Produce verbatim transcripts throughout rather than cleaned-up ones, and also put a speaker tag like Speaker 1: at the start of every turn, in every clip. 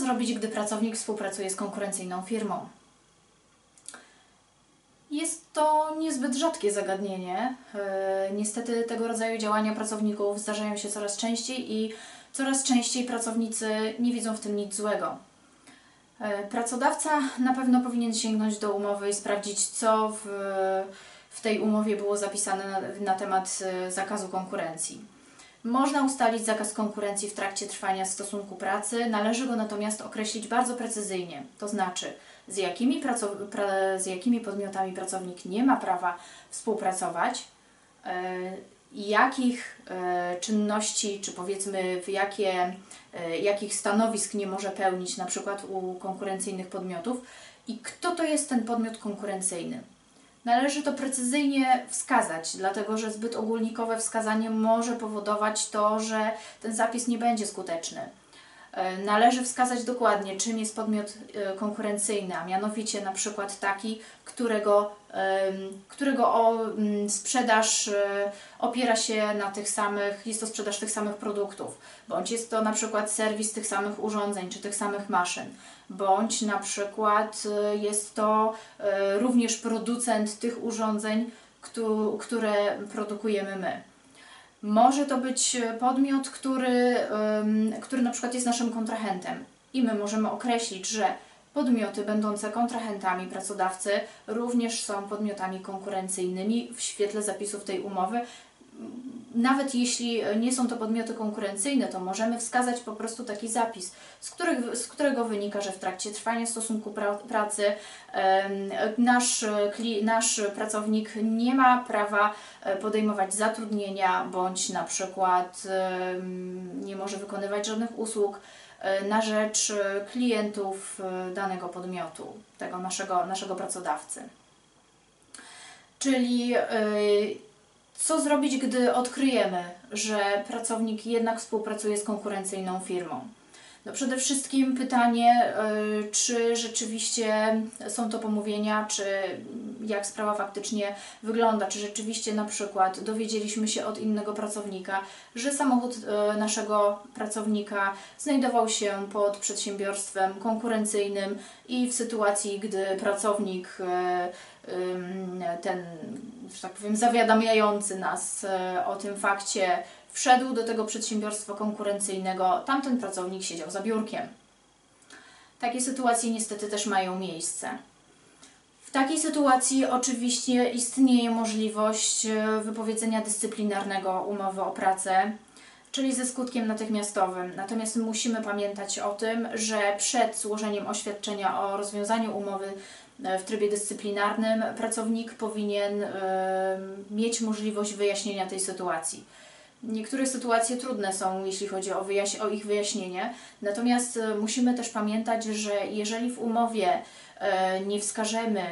Speaker 1: zrobić, gdy pracownik współpracuje z konkurencyjną firmą? Jest to niezbyt rzadkie zagadnienie. Niestety tego rodzaju działania pracowników zdarzają się coraz częściej i coraz częściej pracownicy nie widzą w tym nic złego. Pracodawca na pewno powinien sięgnąć do umowy i sprawdzić, co w, w tej umowie było zapisane na, na temat zakazu konkurencji. Można ustalić zakaz konkurencji w trakcie trwania stosunku pracy, należy go natomiast określić bardzo precyzyjnie, to znaczy z jakimi, pra z jakimi podmiotami pracownik nie ma prawa współpracować, yy, jakich yy, czynności, czy powiedzmy w jakie, yy, jakich stanowisk nie może pełnić na przykład u konkurencyjnych podmiotów i kto to jest ten podmiot konkurencyjny. Należy to precyzyjnie wskazać, dlatego że zbyt ogólnikowe wskazanie może powodować to, że ten zapis nie będzie skuteczny. Należy wskazać dokładnie, czym jest podmiot konkurencyjny, a mianowicie na przykład taki, którego, którego sprzedaż opiera się na tych samych, jest to sprzedaż tych samych produktów, bądź jest to na przykład serwis tych samych urządzeń czy tych samych maszyn, bądź na przykład jest to również producent tych urządzeń, które produkujemy my. Może to być podmiot, który, który na przykład jest naszym kontrahentem i my możemy określić, że podmioty będące kontrahentami pracodawcy również są podmiotami konkurencyjnymi w świetle zapisów tej umowy. Nawet jeśli nie są to podmioty konkurencyjne, to możemy wskazać po prostu taki zapis, z, których, z którego wynika, że w trakcie trwania stosunku pra, pracy nasz, nasz pracownik nie ma prawa podejmować zatrudnienia, bądź na przykład nie może wykonywać żadnych usług na rzecz klientów danego podmiotu, tego naszego, naszego pracodawcy. Czyli co zrobić, gdy odkryjemy, że pracownik jednak współpracuje z konkurencyjną firmą? No przede wszystkim pytanie, czy rzeczywiście są to pomówienia, czy jak sprawa faktycznie wygląda, czy rzeczywiście na przykład dowiedzieliśmy się od innego pracownika, że samochód naszego pracownika znajdował się pod przedsiębiorstwem konkurencyjnym i w sytuacji, gdy pracownik ten, że tak powiem, zawiadamiający nas o tym fakcie wszedł do tego przedsiębiorstwa konkurencyjnego, tamten pracownik siedział za biurkiem. Takie sytuacje niestety też mają miejsce. W takiej sytuacji oczywiście istnieje możliwość wypowiedzenia dyscyplinarnego umowy o pracę, czyli ze skutkiem natychmiastowym. Natomiast musimy pamiętać o tym, że przed złożeniem oświadczenia o rozwiązaniu umowy w trybie dyscyplinarnym pracownik powinien y, mieć możliwość wyjaśnienia tej sytuacji. Niektóre sytuacje trudne są, jeśli chodzi o, o ich wyjaśnienie, natomiast y, musimy też pamiętać, że jeżeli w umowie y, nie wskażemy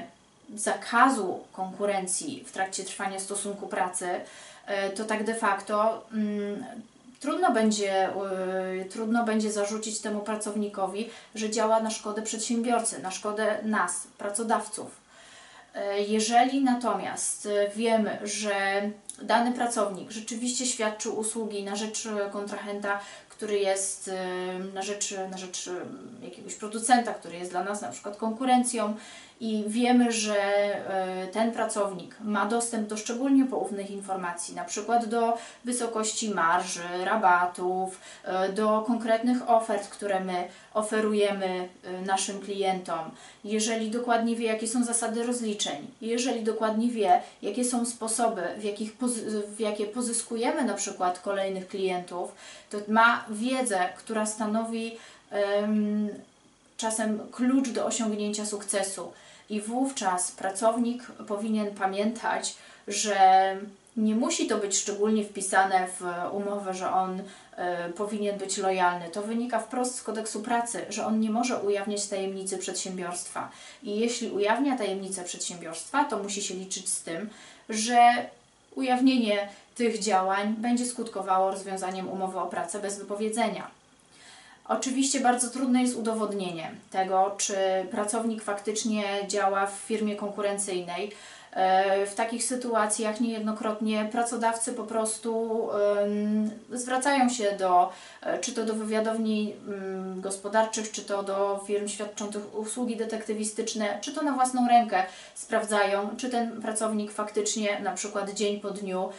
Speaker 1: zakazu konkurencji w trakcie trwania stosunku pracy, y, to tak de facto y, Trudno będzie, yy, trudno będzie zarzucić temu pracownikowi, że działa na szkodę przedsiębiorcy, na szkodę nas, pracodawców. Yy, jeżeli natomiast yy, wiemy, że dany pracownik rzeczywiście świadczył usługi na rzecz kontrahenta, który jest yy, na rzecz, na rzecz yy, jakiegoś producenta, który jest dla nas na przykład konkurencją, i wiemy, że ten pracownik ma dostęp do szczególnie poufnych informacji, na przykład do wysokości marży, rabatów, do konkretnych ofert, które my oferujemy naszym klientom. Jeżeli dokładnie wie, jakie są zasady rozliczeń, jeżeli dokładnie wie, jakie są sposoby, w, jakich w jakie pozyskujemy na przykład kolejnych klientów, to ma wiedzę, która stanowi um, czasem klucz do osiągnięcia sukcesu. I wówczas pracownik powinien pamiętać, że nie musi to być szczególnie wpisane w umowę, że on y, powinien być lojalny. To wynika wprost z kodeksu pracy, że on nie może ujawniać tajemnicy przedsiębiorstwa. I jeśli ujawnia tajemnicę przedsiębiorstwa, to musi się liczyć z tym, że ujawnienie tych działań będzie skutkowało rozwiązaniem umowy o pracę bez wypowiedzenia. Oczywiście bardzo trudne jest udowodnienie tego, czy pracownik faktycznie działa w firmie konkurencyjnej W takich sytuacjach niejednokrotnie pracodawcy po prostu zwracają się do, czy to do wywiadowni gospodarczych, czy to do firm świadczących usługi detektywistyczne, czy to na własną rękę sprawdzają, czy ten pracownik faktycznie na przykład dzień po dniu,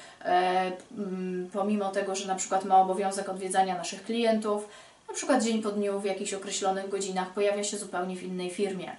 Speaker 1: pomimo tego, że na przykład ma obowiązek odwiedzania naszych klientów, na przykład dzień po dniu w jakichś określonych godzinach pojawia się zupełnie w innej firmie.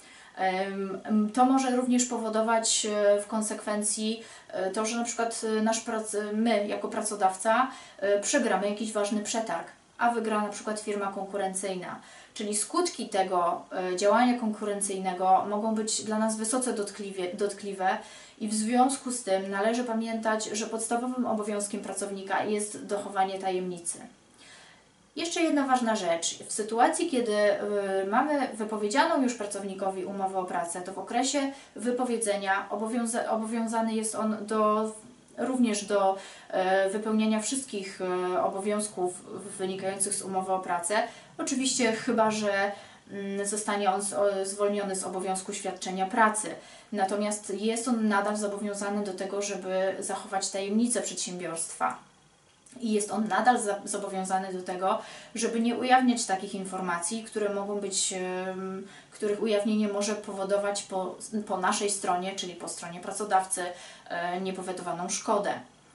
Speaker 1: To może również powodować w konsekwencji to, że na przykład nasz prac, my jako pracodawca przegramy jakiś ważny przetarg, a wygra na przykład firma konkurencyjna. Czyli skutki tego działania konkurencyjnego mogą być dla nas wysoce dotkliwe i w związku z tym należy pamiętać, że podstawowym obowiązkiem pracownika jest dochowanie tajemnicy. Jeszcze jedna ważna rzecz. W sytuacji, kiedy y, mamy wypowiedzianą już pracownikowi umowę o pracę, to w okresie wypowiedzenia obowiąza obowiązany jest on do, również do y, wypełniania wszystkich y, obowiązków wynikających z umowy o pracę. Oczywiście chyba, że y, zostanie on z, o, zwolniony z obowiązku świadczenia pracy. Natomiast jest on nadal zobowiązany do tego, żeby zachować tajemnicę przedsiębiorstwa. I jest on nadal zobowiązany do tego, żeby nie ujawniać takich informacji, które mogą być, których ujawnienie może powodować po, po naszej stronie, czyli po stronie pracodawcy, niepowodowaną szkodę.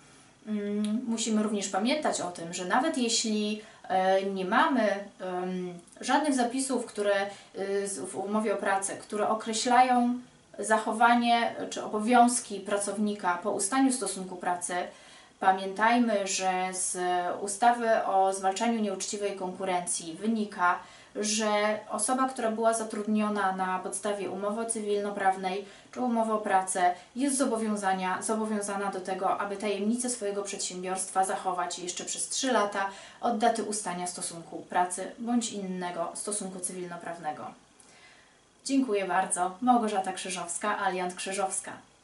Speaker 1: Musimy również pamiętać o tym, że nawet jeśli nie mamy żadnych zapisów, które w umowie o pracę, które określają zachowanie czy obowiązki pracownika po ustaniu stosunku pracy, pamiętajmy, że z ustawy o zwalczaniu nieuczciwej konkurencji wynika, że osoba, która była zatrudniona na podstawie umowy cywilnoprawnej czy umowy o pracę jest zobowiązana, zobowiązana do tego, aby tajemnicę swojego przedsiębiorstwa zachować jeszcze przez trzy lata od daty ustania stosunku pracy bądź innego stosunku cywilnoprawnego. Dziękuję bardzo. Małgorzata Krzyżowska, Alliant Krzyżowska.